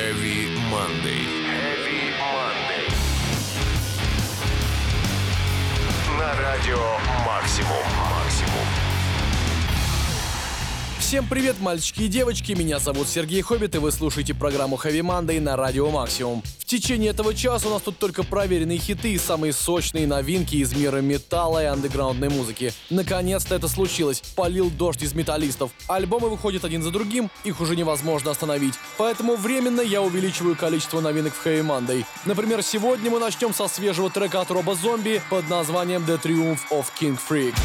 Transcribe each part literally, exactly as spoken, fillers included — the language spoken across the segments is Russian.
Heavy Monday. Heavy Monday. На радио Максимум. Максимум. Всем привет, мальчики и девочки, меня зовут Сергей Хоббит, и вы слушаете программу Heavy Monday на радио Максимум. В течение этого часа у нас тут только проверенные хиты и самые сочные новинки из мира металла и андеграундной музыки. Наконец-то это случилось, полил дождь из металлистов. Альбомы выходят один за другим, их уже невозможно остановить. Поэтому временно я увеличиваю количество новинок в Heavy Monday. Например, сегодня мы начнем со свежего трека от Роба Зомби под названием The Triumph of King Freak.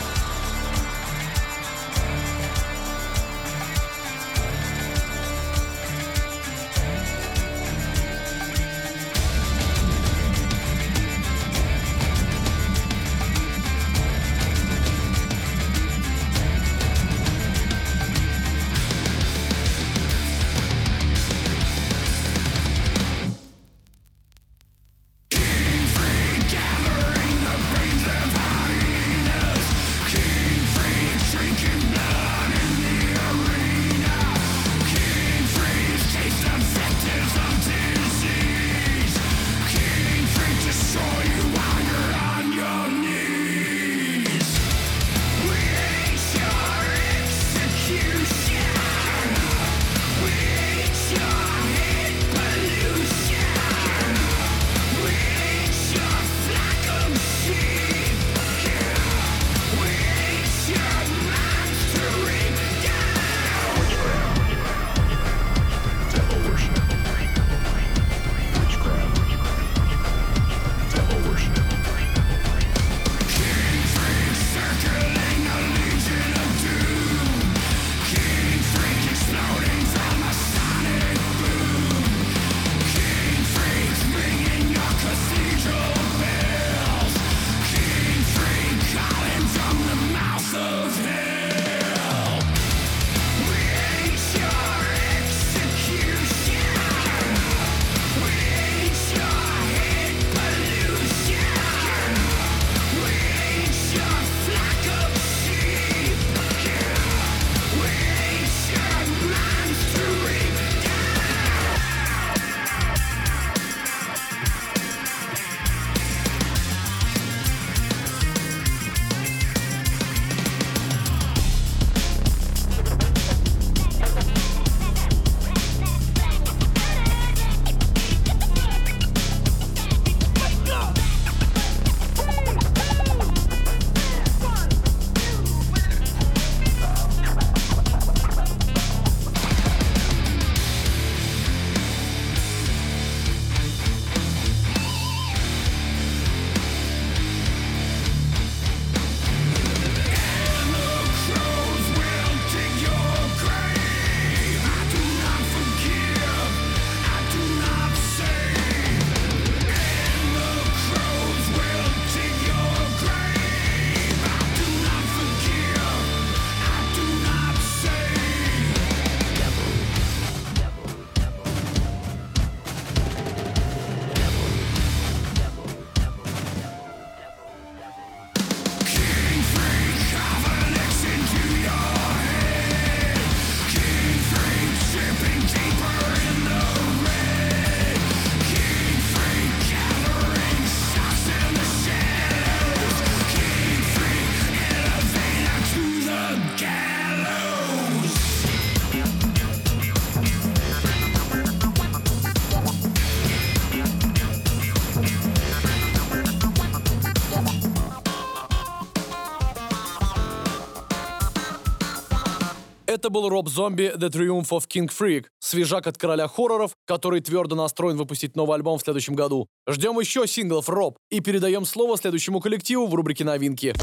Это был Роб Зомби The Triumph of King Freak, свежак от короля хорроров, который твердо настроен выпустить новый альбом в следующем году. Ждем еще синглов, Роб, и передаем слово следующему коллективу в рубрике «Новинки».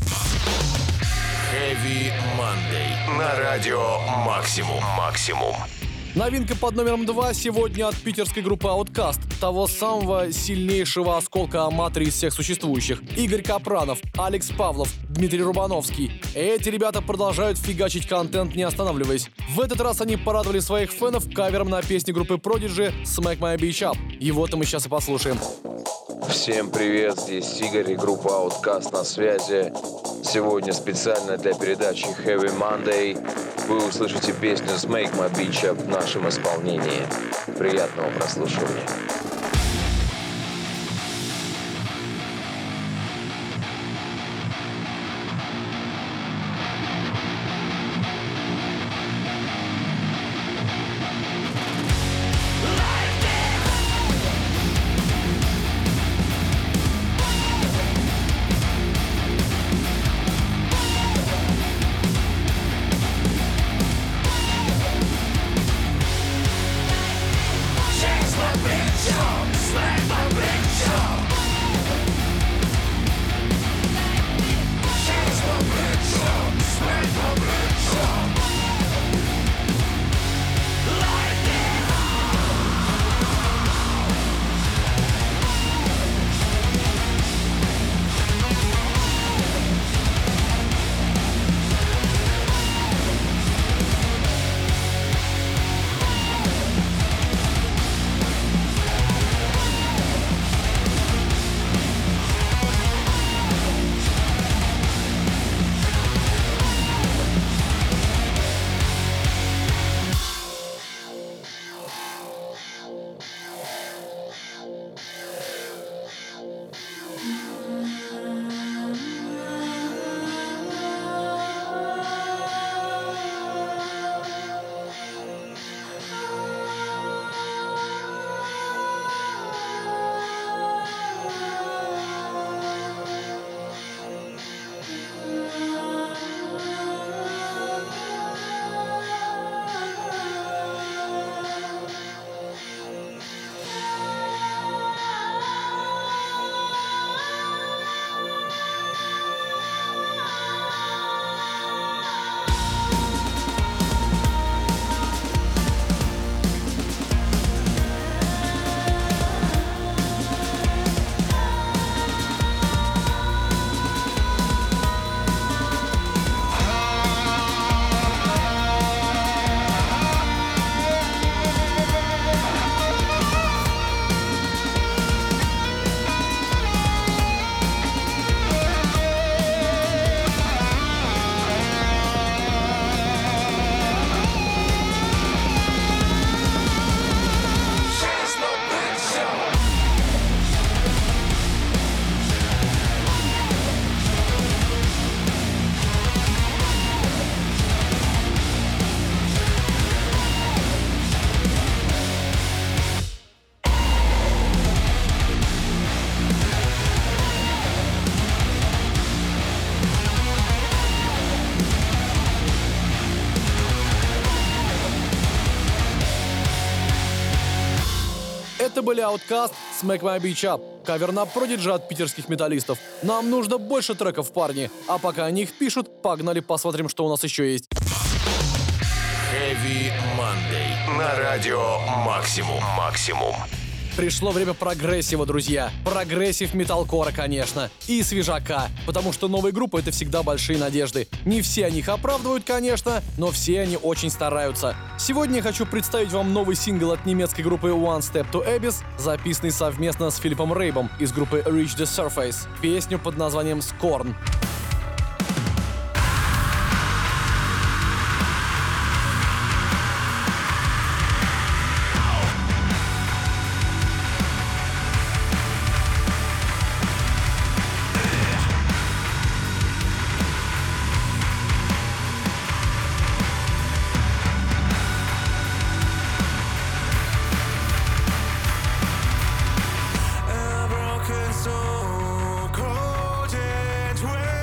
Heavy Monday. На радио Максимум. Максимум. Новинка под номером два сегодня от питерской группы Outkast, того самого сильнейшего осколка Аматори из всех существующих. Игорь Капранов, Алекс Павлов, Дмитрий Рубановский. Эти ребята продолжают фигачить контент, не останавливаясь. В этот раз они порадовали своих фенов кавером на песни группы Prodigy «Smack My Bitch Up». Его-то мы сейчас и послушаем. Всем привет, здесь Игорь и группа Outkast на связи. Сегодня специально для передачи Heavy Monday вы услышите песню Smake My Beach Up в нашем исполнении. Приятного прослушивания. Это были Outkast, Smack My Beach Up, кавер на Prodigy от питерских металлистов. Нам нужно больше треков, парни, а пока они их пишут, погнали посмотрим, что у нас еще есть. Heavy Monday на радио Максимум. Максимум. Пришло время прогрессива, друзья. Прогрессив металкора, конечно. И свежака. Потому что новые группы — это всегда большие надежды. Не все они их оправдывают, конечно, но все они очень стараются. Сегодня я хочу представить вам новый сингл от немецкой группы One Step to Abyss, записанный совместно с Филиппом Рейбом из группы Reach the Surface. Песню под названием Scorn. So cold and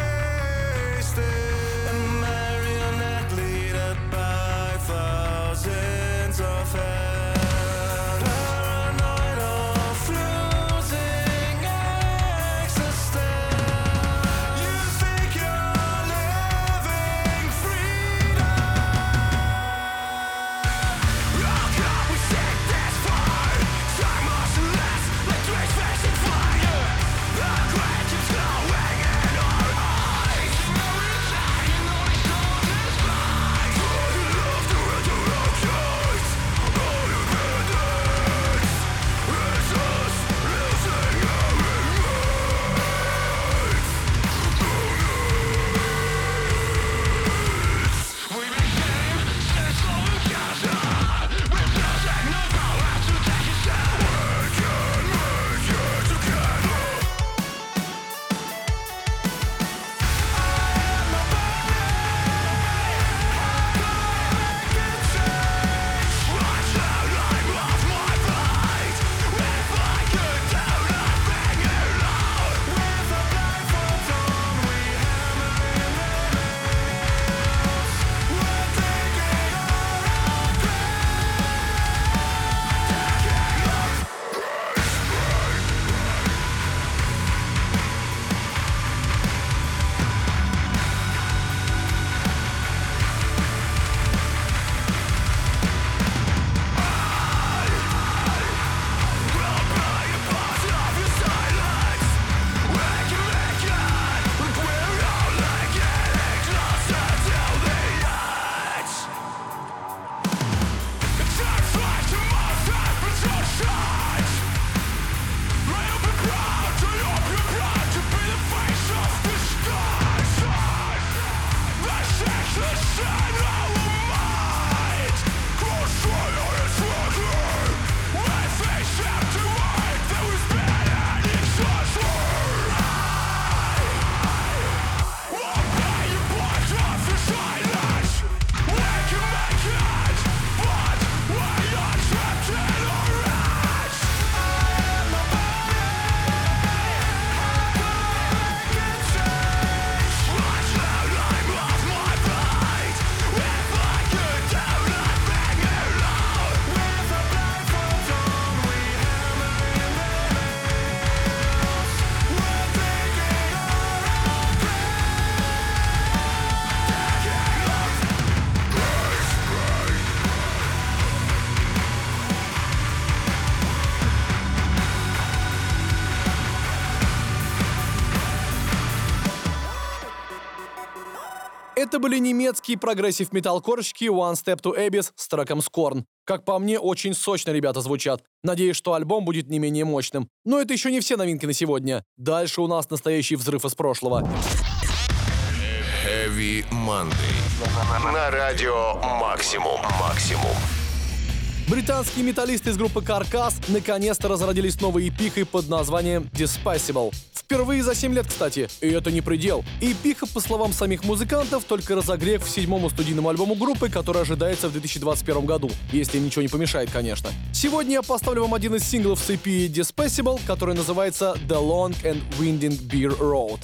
Это были немецкие прогрессив-металл-корщики One Step to Abyss с треком Scorn. Как по мне, очень сочно ребята звучат. Надеюсь, что альбом будет не менее мощным. Но это еще не все новинки на сегодня. Дальше у нас настоящий взрыв из прошлого. Heavy Monday. На радио Максимум. Максимум. Британские металлисты из группы Carcass наконец-то разродились новой эпихой под названием Despicable. Впервые за семь лет, кстати, и это не предел. Эпиха, по словам самих музыкантов, только разогрев к седьмому студийному альбому группы, который ожидается в две тысячи двадцать первом году, если им ничего не помешает, конечно. Сегодня я поставлю вам один из синглов с и пи Despicable, который называется The Long and Winding Beer Road.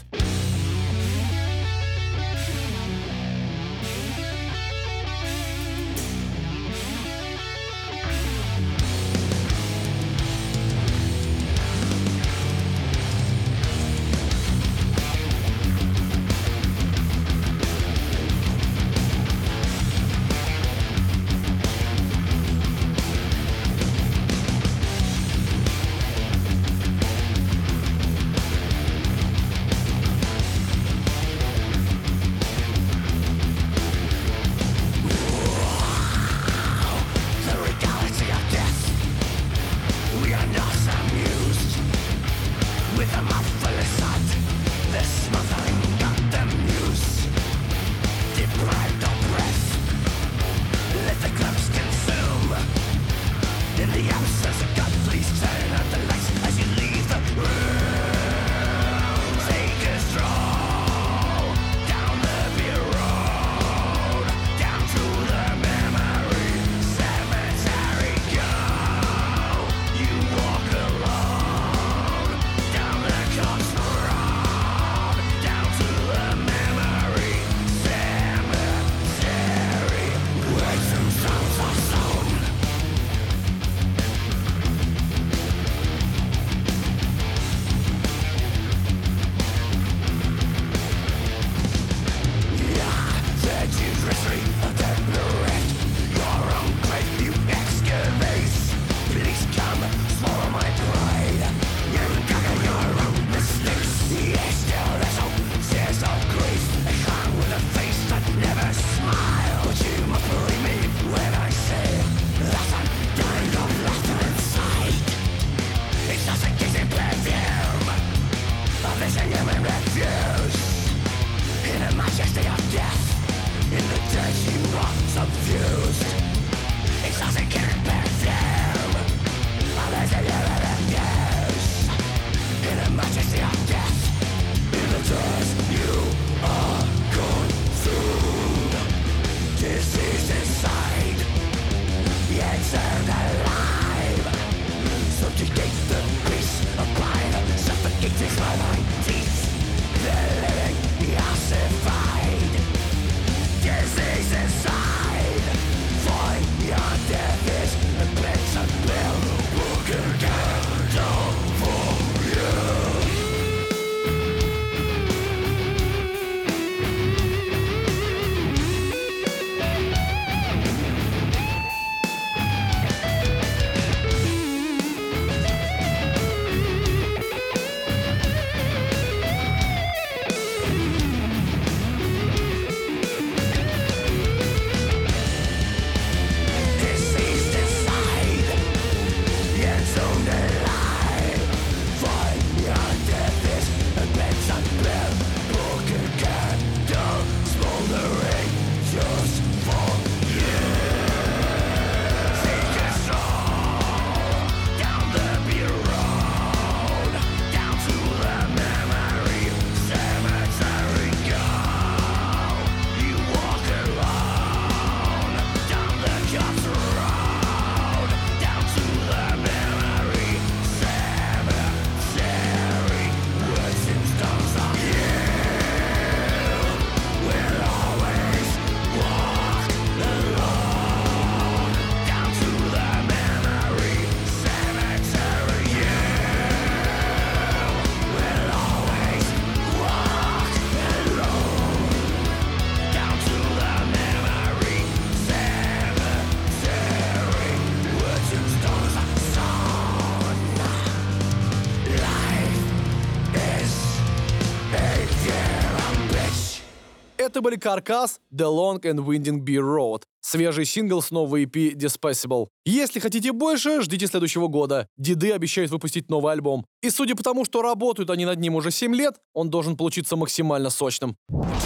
Это были Carcass, The Long and Winding Beer Road. Свежий сингл с нового и пи Despacable. Если хотите больше, ждите следующего года. Деды обещают выпустить новый альбом. И судя по тому, что работают они над ним уже семь лет, он должен получиться максимально сочным.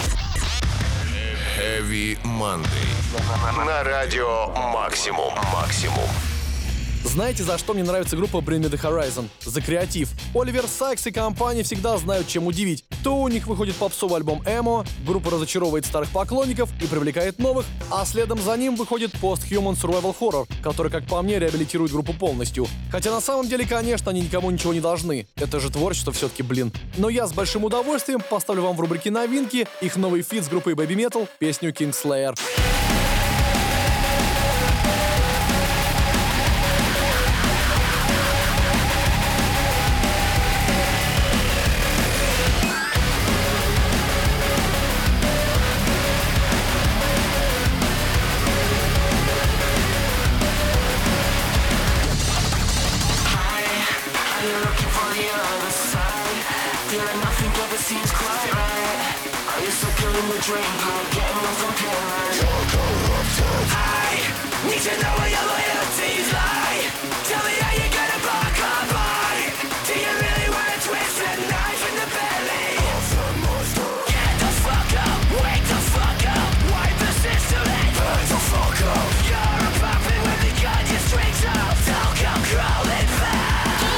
Heavy Monday. На радио Максимум. Максимум. Знаете, за что мне нравится группа Bring Me The Horizon? За креатив. Оливер Сайкс и компания всегда знают, чем удивить. То у них выходит попсовый альбом «Эмо», группа разочаровывает старых поклонников и привлекает новых, а следом за ним выходит Post-Human Survival Horror, который, как по мне, реабилитирует группу полностью. Хотя на самом деле, конечно, они никому ничего не должны. Это же творчество все-таки, блин. Но я с большим удовольствием поставлю вам в рубрике новинки их новый фит с группой Baby Metal, песню Kingslayer. Dream, getting lost on pillars. You're corrupted. I need to know where your loyalties lie. Tell me how you're gonna buck up on. Do you really wanna twist a knife in the belly of the monster? Get the fuck up, wake the fuck up, wipe the system and burn the fuck up. You're a puppet with the gun, your strings up. Don't come crawling back.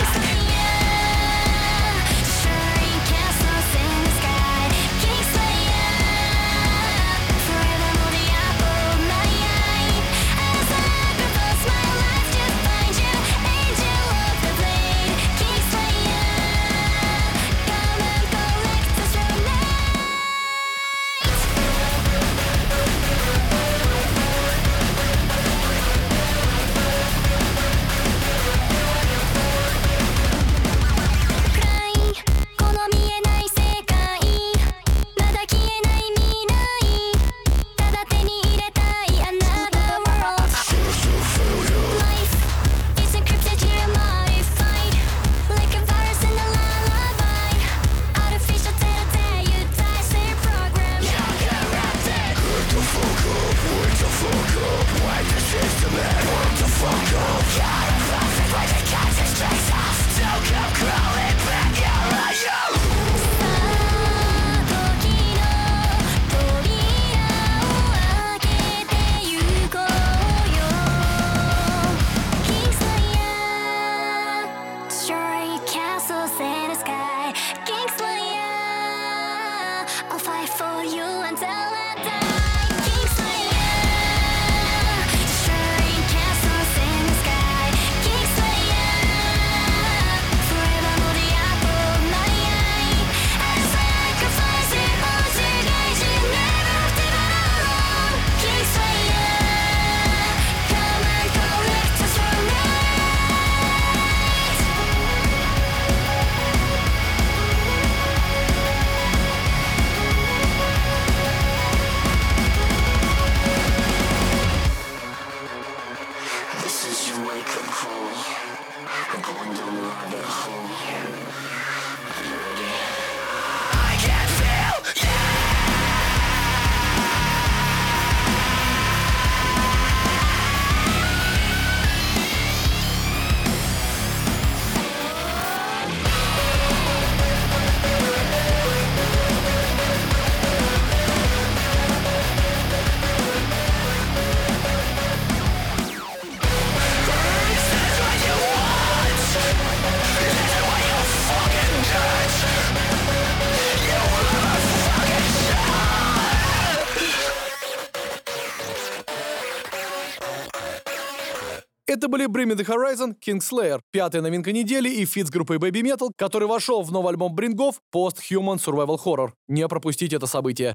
Это были Bring Me The Horizon, Kingslayer, пятая новинка недели и фит с группой Baby Metal, который вошел в новый альбом Брингов Post-Human Survival Horror. Не пропустите это событие.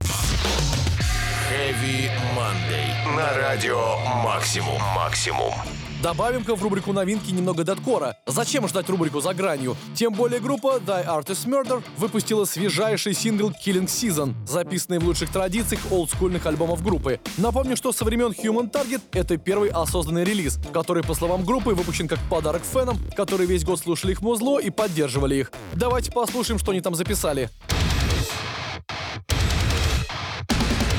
Heavy Monday. На радио Максимум. Максимум. Добавим-ка в рубрику новинки немного дэткора. Зачем ждать рубрику «За гранью»? Тем более группа Die Artist Murder выпустила свежайший сингл Killing Season, записанный в лучших традициях олдскульных альбомов группы. Напомню, что со времен Human Target это первый осознанный релиз, который, по словам группы, выпущен как подарок фенам, которые весь год слушали их музло и поддерживали их. Давайте послушаем, что они там записали.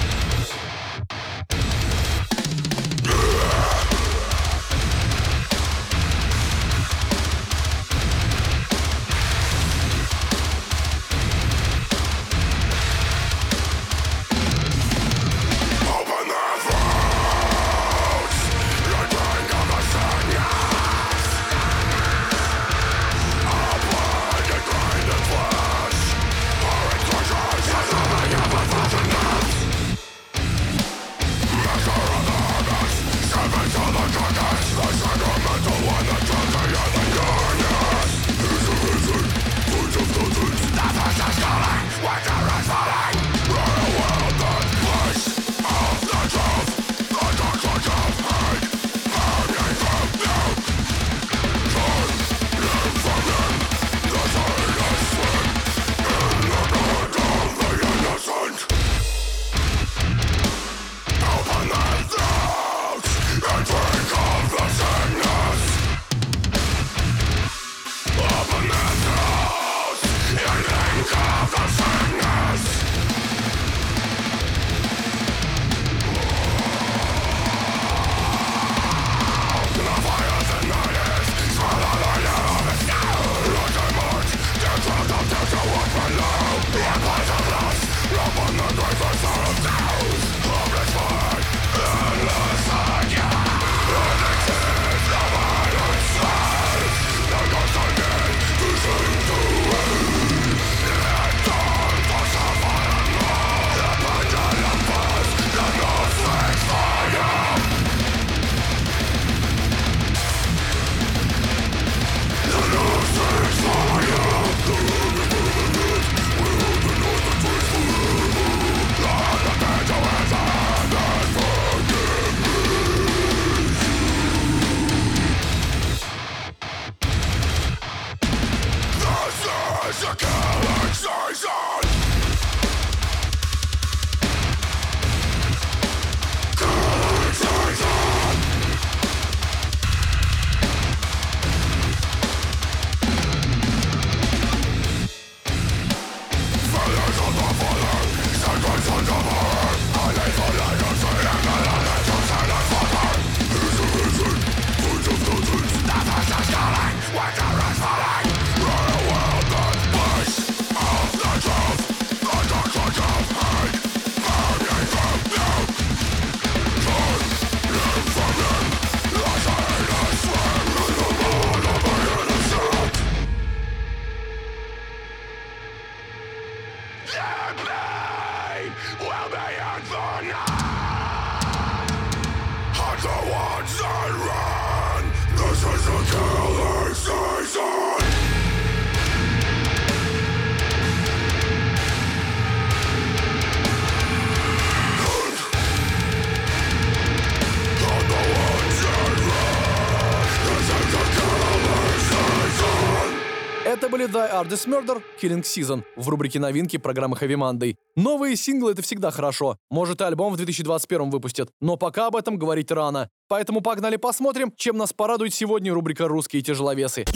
были Die Artist Murder, Killing Season в рубрике новинки программы Heavy Monday. Новые синглы — это всегда хорошо. Может, и альбом в две тысячи двадцать первом выпустят. Но пока об этом говорить рано. Поэтому погнали посмотрим, чем нас порадует сегодня рубрика «Русские тяжеловесы».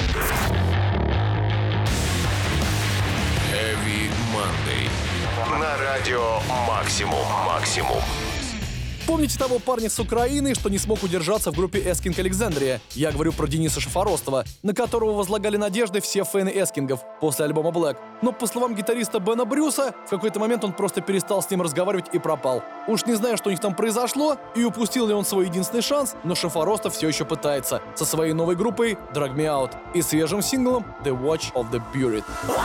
Heavy Monday. На радио Максимум. Максимум. Помните того парня с Украины, что не смог удержаться в группе Эскинг Александрия? Я говорю про Дениса Шафаростова, на которого возлагали надежды все фэны Эскингов после альбома Black. Но, по словам гитариста Бена Брюса, в какой-то момент он просто перестал с ним разговаривать и пропал. Уж не знаю, что у них там произошло, и упустил ли он свой единственный шанс, но Шафаростов все еще пытается со своей новой группой Drag Me Out и свежим синглом The Watch of the Buried.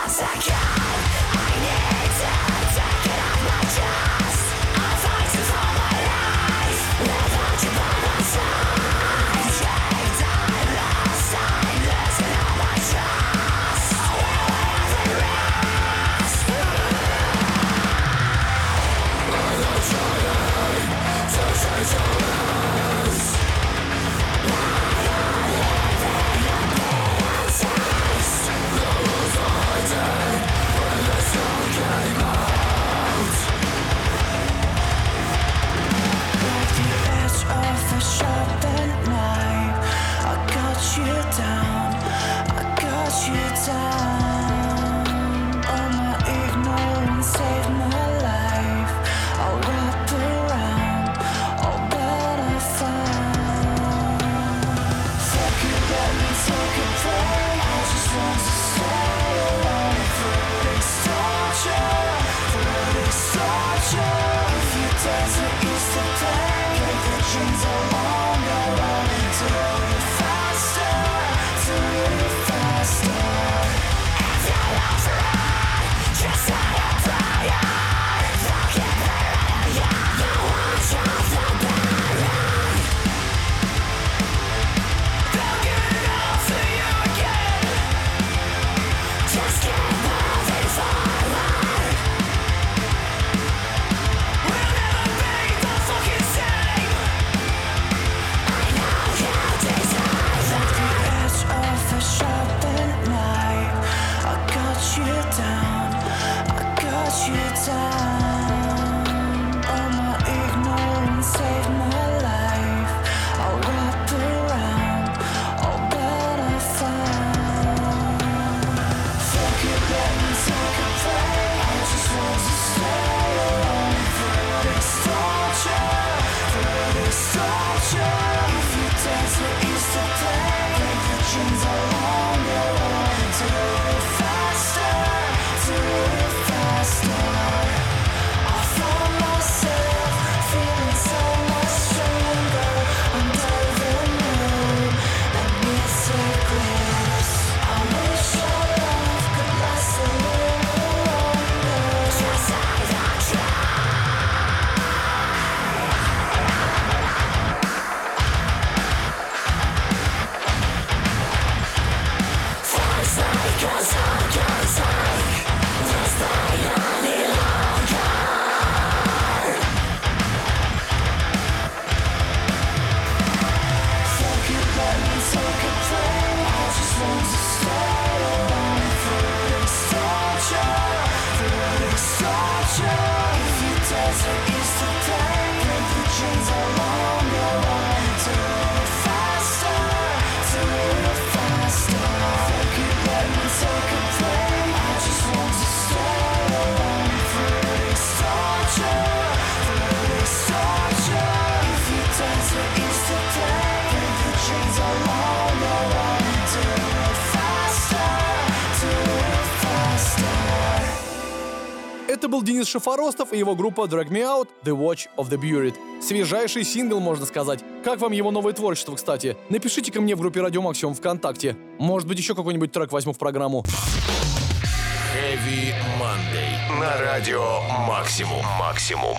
Это был Денис Шафаростов и его группа Drag Me Out, The Watch of the Buried. Свежайший сингл, можно сказать. Как вам его новое творчество, кстати? Напишите ко мне в группе Радио Максимум ВКонтакте. Может быть, еще какой-нибудь трек возьму в программу. Heavy Monday. На радио Максимум. Максимум.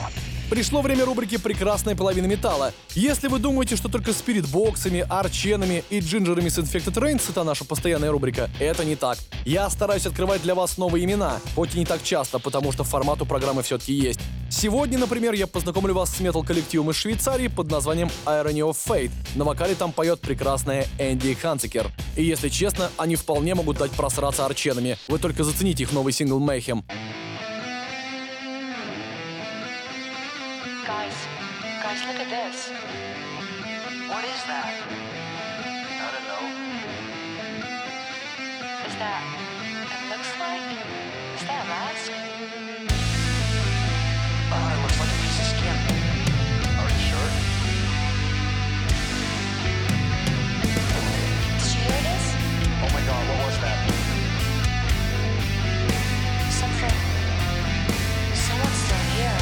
Пришло время рубрики «Прекрасная половина металла». Если вы думаете, что только спиритбоксами, арченами и джинджерами с Infected Rain — это наша постоянная рубрика, это не так. Я стараюсь открывать для вас новые имена, хоть и не так часто, потому что формат у программы все-таки есть. Сегодня, например, я познакомлю вас с метал-коллективом из Швейцарии под названием Irony of Fate. На вокале там поет прекрасная Энди Ханцикер. И если честно, они вполне могут дать просраться арченами. Вы только зацените их новый сингл Mayhem. Guys, guys, look at this. What is that? I don't know. Is that... It looks like... Is that a mask? Ah, it looks like a piece of skin. Are you sure? Did you hear this? Oh my god, what was that? Something... Someone's still here.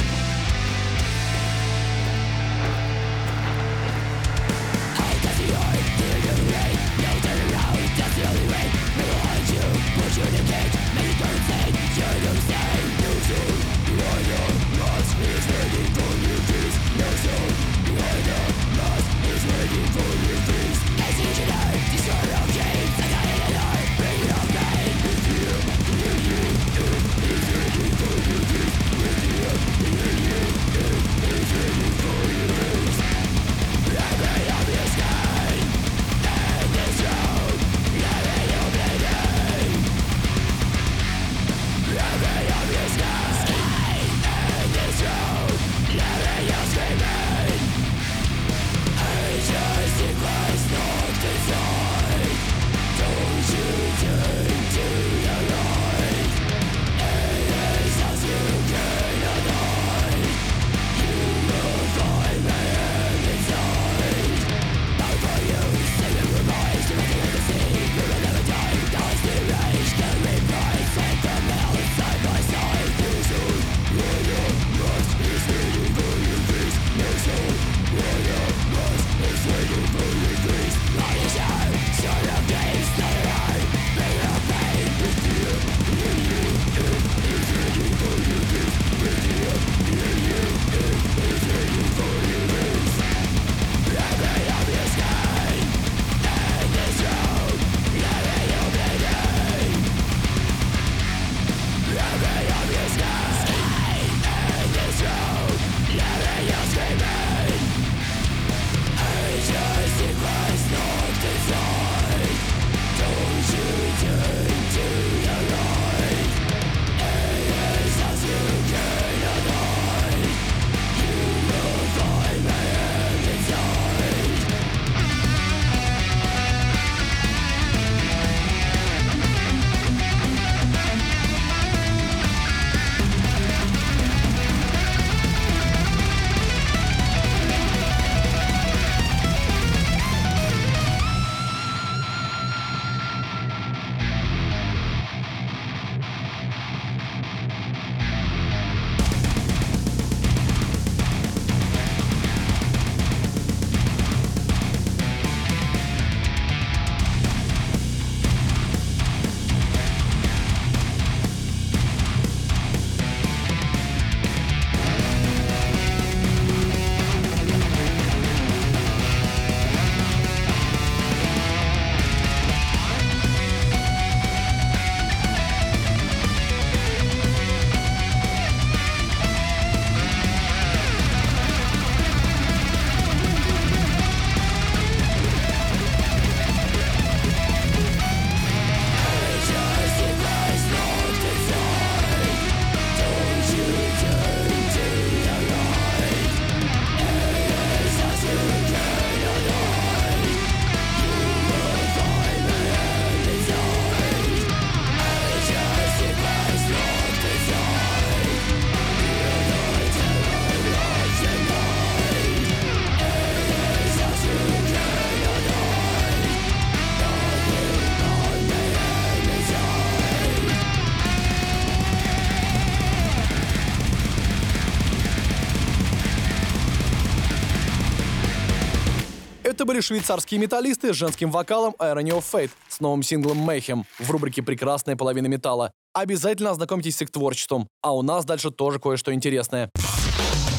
Это были швейцарские металлисты с женским вокалом Irony of Fate с новым синглом Mayhem в рубрике «Прекрасная половина металла». Обязательно ознакомьтесь с их творчеством, а у нас дальше тоже кое-что интересное.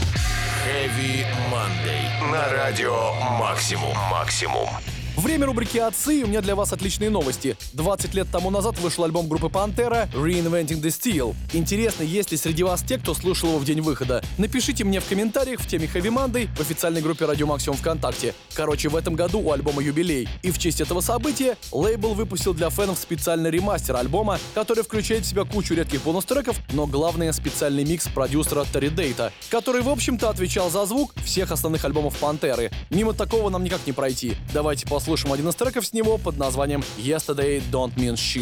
Heavy Monday на радио Максимум. Максимум. Время рубрики «Отцы», и у меня для вас отличные новости. двадцать лет тому назад вышел альбом группы «Пантера» «Reinventing the Steel». Интересно, есть ли среди вас те, кто слушал его в день выхода? Напишите мне в комментариях в теме Heavy Monday в официальной группе Радио Максимум ВКонтакте. Короче, в этом году у альбома юбилей. И в честь этого события лейбл выпустил для фенов специальный ремастер альбома, который включает в себя кучу редких бонус-треков, но главное — специальный микс продюсера Терри Дейта, который, в общем-то, отвечал за звук всех основных альбомов «Пантеры». Мимо такого нам никак не пройти. Давайте послушаем Слушаем один из треков с него под названием «Yesterday Don't Mean Shit».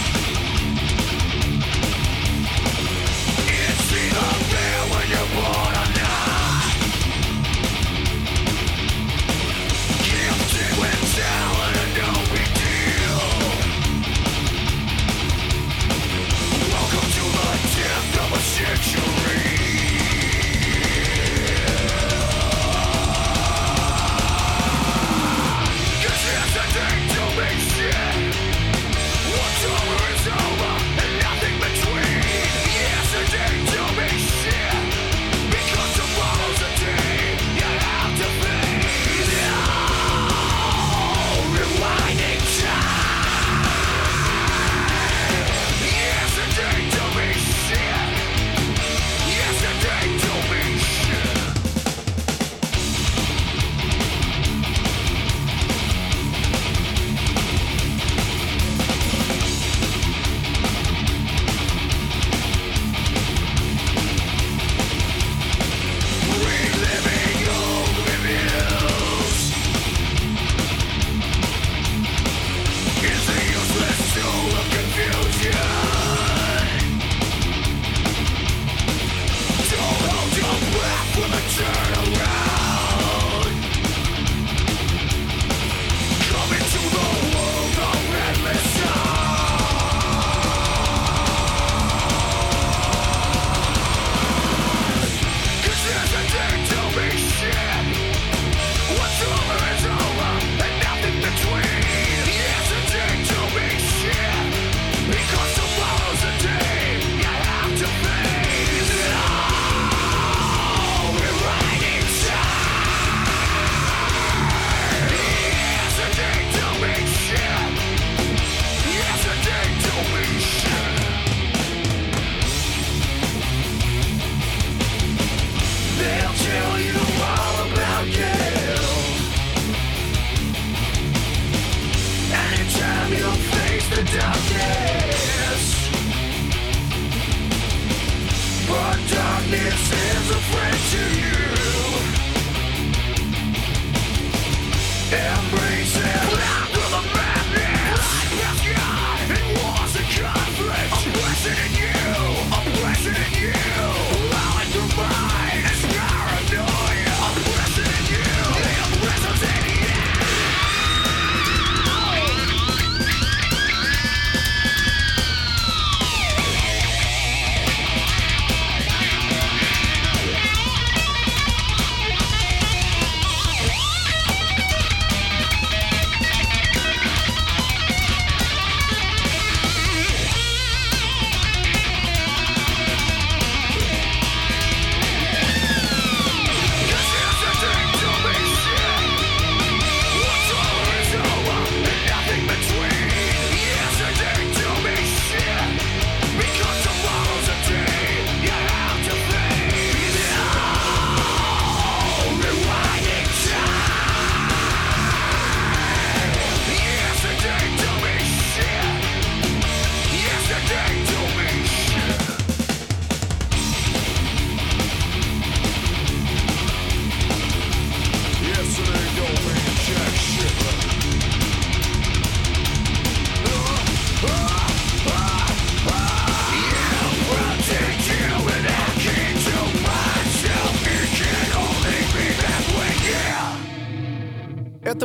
It's either there when you're born.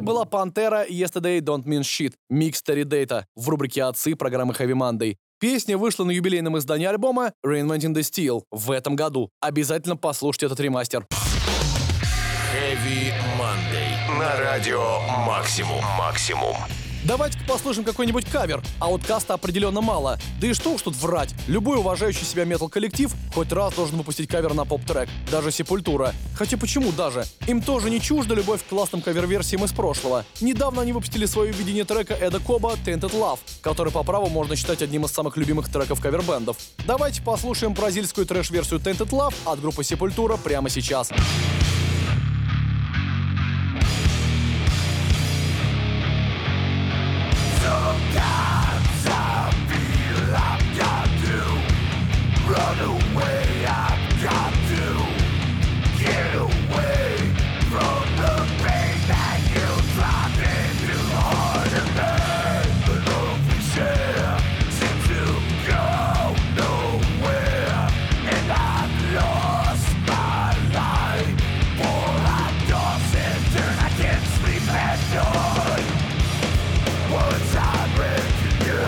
была Пантера Yesterday Don't Mean Shit, микс Terry Data в рубрике «Отцы» программы Heavy Monday. Песня вышла на юбилейном издании альбома Reinventing the Steel в этом году. Обязательно послушайте этот ремастер. Heavy Monday на радио Максимум. Максимум. Давайте-ка послушаем какой-нибудь кавер. Ауткаста определенно мало. Да и что уж тут врать. Любой уважающий себя метал-коллектив хоть раз должен выпустить кавер на поп-трек. Даже Сепультура. Хотя почему даже? Им тоже не чужда любовь к классным кавер-версиям из прошлого. Недавно они выпустили свое видение трека Эда Коба «Tainted Love», который по праву можно считать одним из самых любимых треков кавер-бендов. Давайте послушаем бразильскую трэш-версию «Tainted Love» от группы Сепультура прямо сейчас. Sometimes I feel I've got to run away, I've got to get away from the pain that you drop into the heart of me. The love we share seems to go nowhere, and I've lost my life. For I toss and turn, I can't sleep at night. Once I read to you,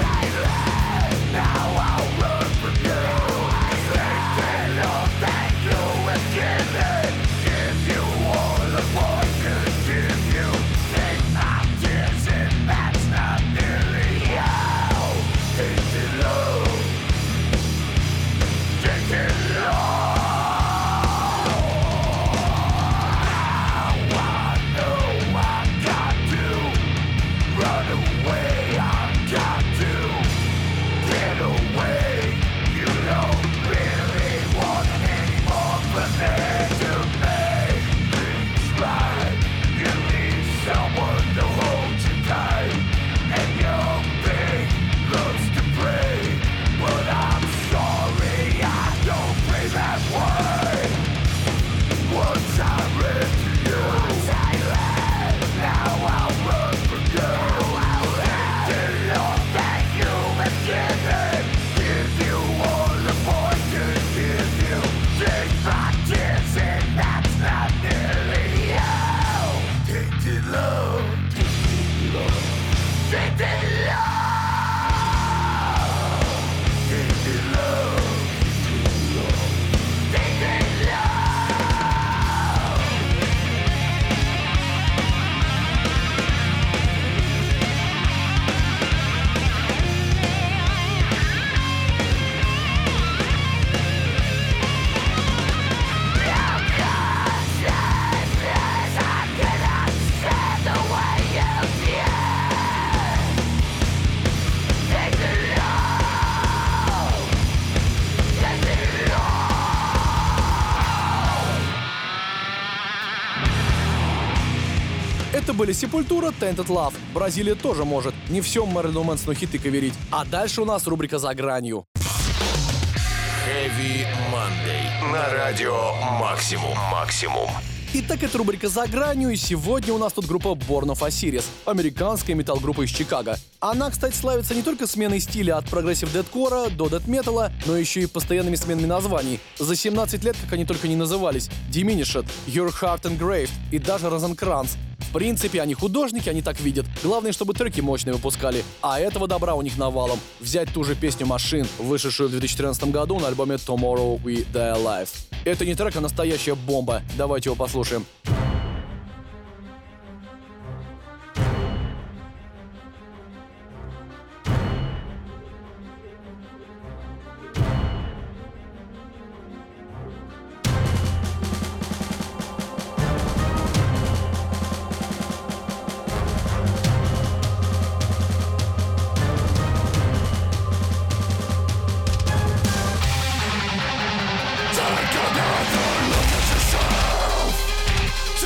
now I'll run from you. Thinking of that you have given, give you all the poison, give you take my tears, and that's not nearly how. Tainted love, tainted love. Now I know I got to run away, I've got to get away. You don't really want any more from me to make things right. You need someone to hold you tight, and your thing loves to pray. But I'm sorry, I don't play that way. Once I read to you, now I'll run from you. The love that you have given, give you all the poison, give you take my tears, and that's not nearly how. Tainted love, tainted love, tainted love, tainted love, tainted love, tainted love. Это были Сепультура, Tainted Love. Бразилия тоже может. Не все Мэрилину Мэнсону хиты каверить. А дальше у нас рубрика «За гранью». Heavy Monday на радио Максимум. Максимум. Итак, это рубрика «За гранью», и сегодня у нас тут группа Born of Osiris, американская метал-группа из Чикаго. Она, кстати, славится не только сменой стиля от прогрессив-дэткора до дэт-металла, но еще и постоянными сменами названий. За семнадцать лет, как они только не назывались: Diminished, Your Heart Engraved и даже Rosencrantz. В принципе, они художники, они так видят. Главное, чтобы треки мощные выпускали. А этого добра у них навалом. Взять ту же песню «Машин», вышедшую в две тысячи тринадцатом году на альбоме Tomorrow We Die Alive. Это не трек, а настоящая бомба. Давайте его послушаем. Take another look at yourself.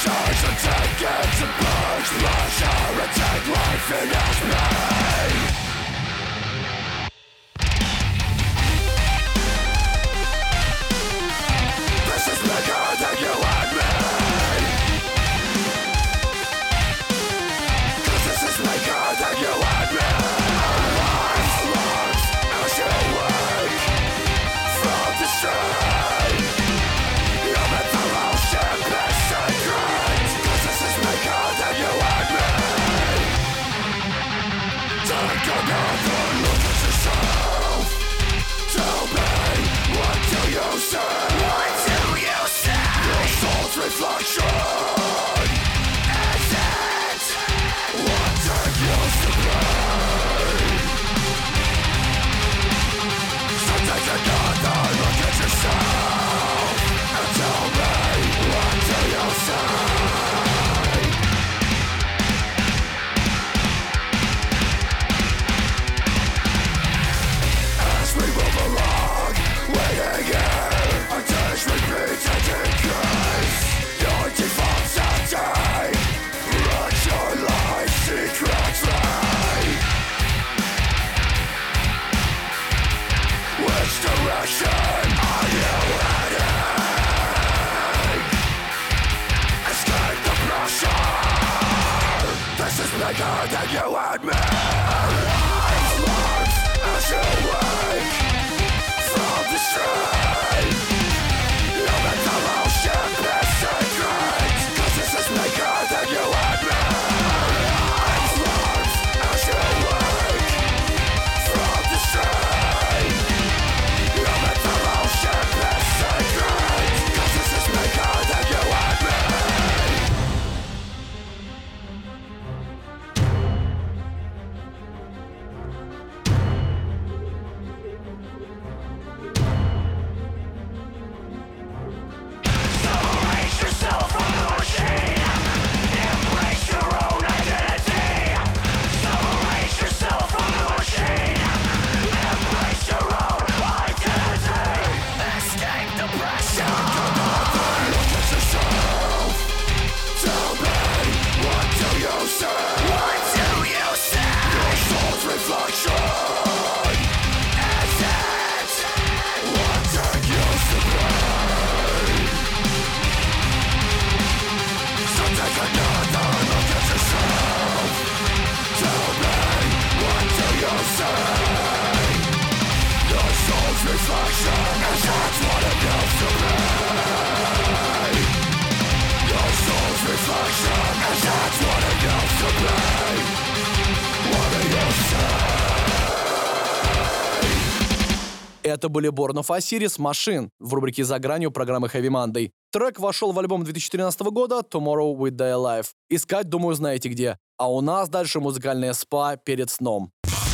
Это были Born of Osiris Machine в рубрике «За гранью» программы Heavy Monday. Трек вошел в альбом две тысячи тринадцатого года «Tomorrow We Die Alive». Искать, думаю, знаете где. А у нас дальше музыкальное спа перед сном.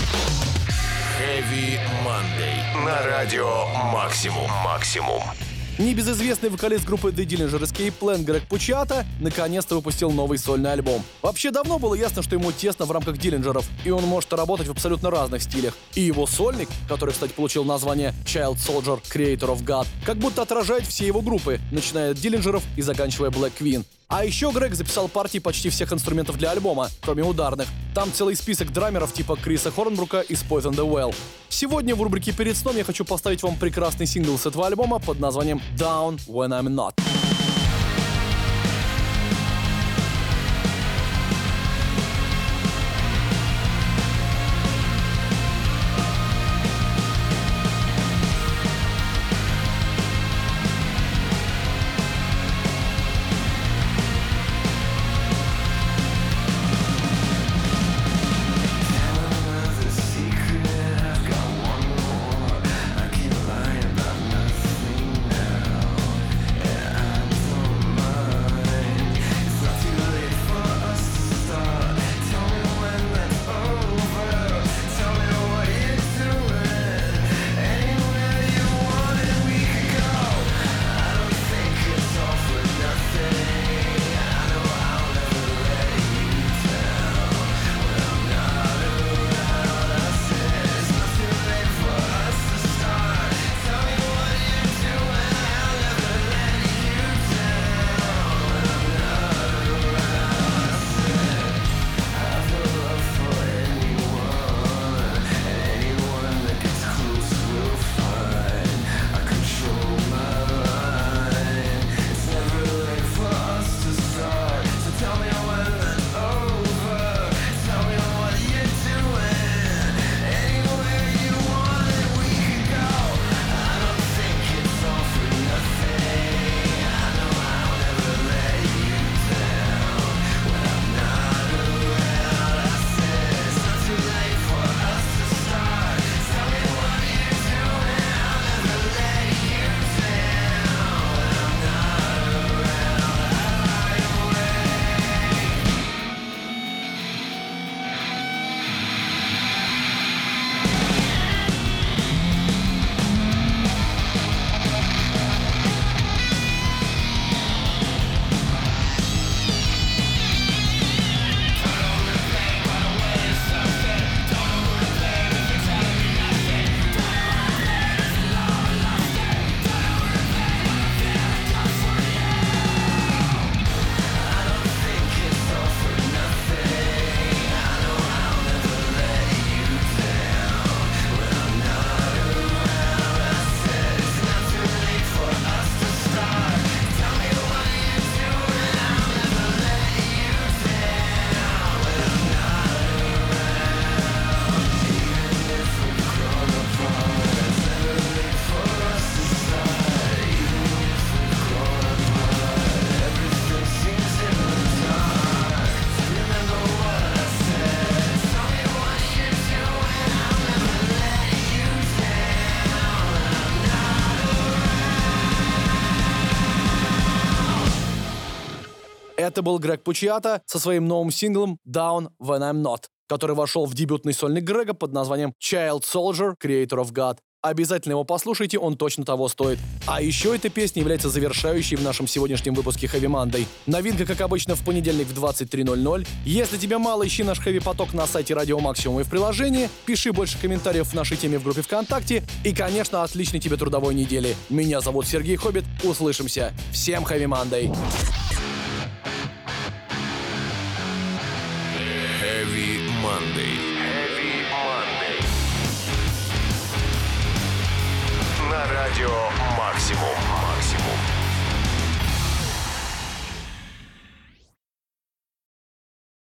Heavy Monday на радио Максимум. Максимум. Небезызвестный вокалист группы The Dillinger Escape Plan Грег Пучиато наконец-то выпустил новый сольный альбом. Вообще давно было ясно, что ему тесно в рамках Диллинджеров, и он может работать в абсолютно разных стилях. И его сольник, который, кстати, получил название Child Soldier Creator of God, как будто отражает все его группы, начиная от Диллинджеров и заканчивая Black Queen. А еще Грег записал партии почти всех инструментов для альбома, кроме ударных. Там целый список драмеров типа Криса Хорнбрука из Poison the Well. Сегодня в рубрике «Перед сном» я хочу поставить вам прекрасный сингл с этого альбома под названием «Down When I'm Not». I can't lie about nothing now. Yeah. Это был Грег Пучиато со своим новым синглом «Down When I'm Not», который вошел в дебютный сольник Грега под названием «Child Soldier, Creator of God». Обязательно его послушайте, он точно того стоит. А еще эта песня является завершающей в нашем сегодняшнем выпуске Heavy Monday. Новинка, как обычно, в понедельник в двадцать три ноль ноль. Если тебе мало, ищи наш Heavy Поток на сайте Радио Максимум и в приложении. Пиши больше комментариев в нашей теме в группе ВКонтакте. И, конечно, отличной тебе трудовой недели. Меня зовут Сергей Хоббит. Услышимся. Всем Heavy Monday. Heavy Monday. Heavy Monday. На радио Максимум. Максимум.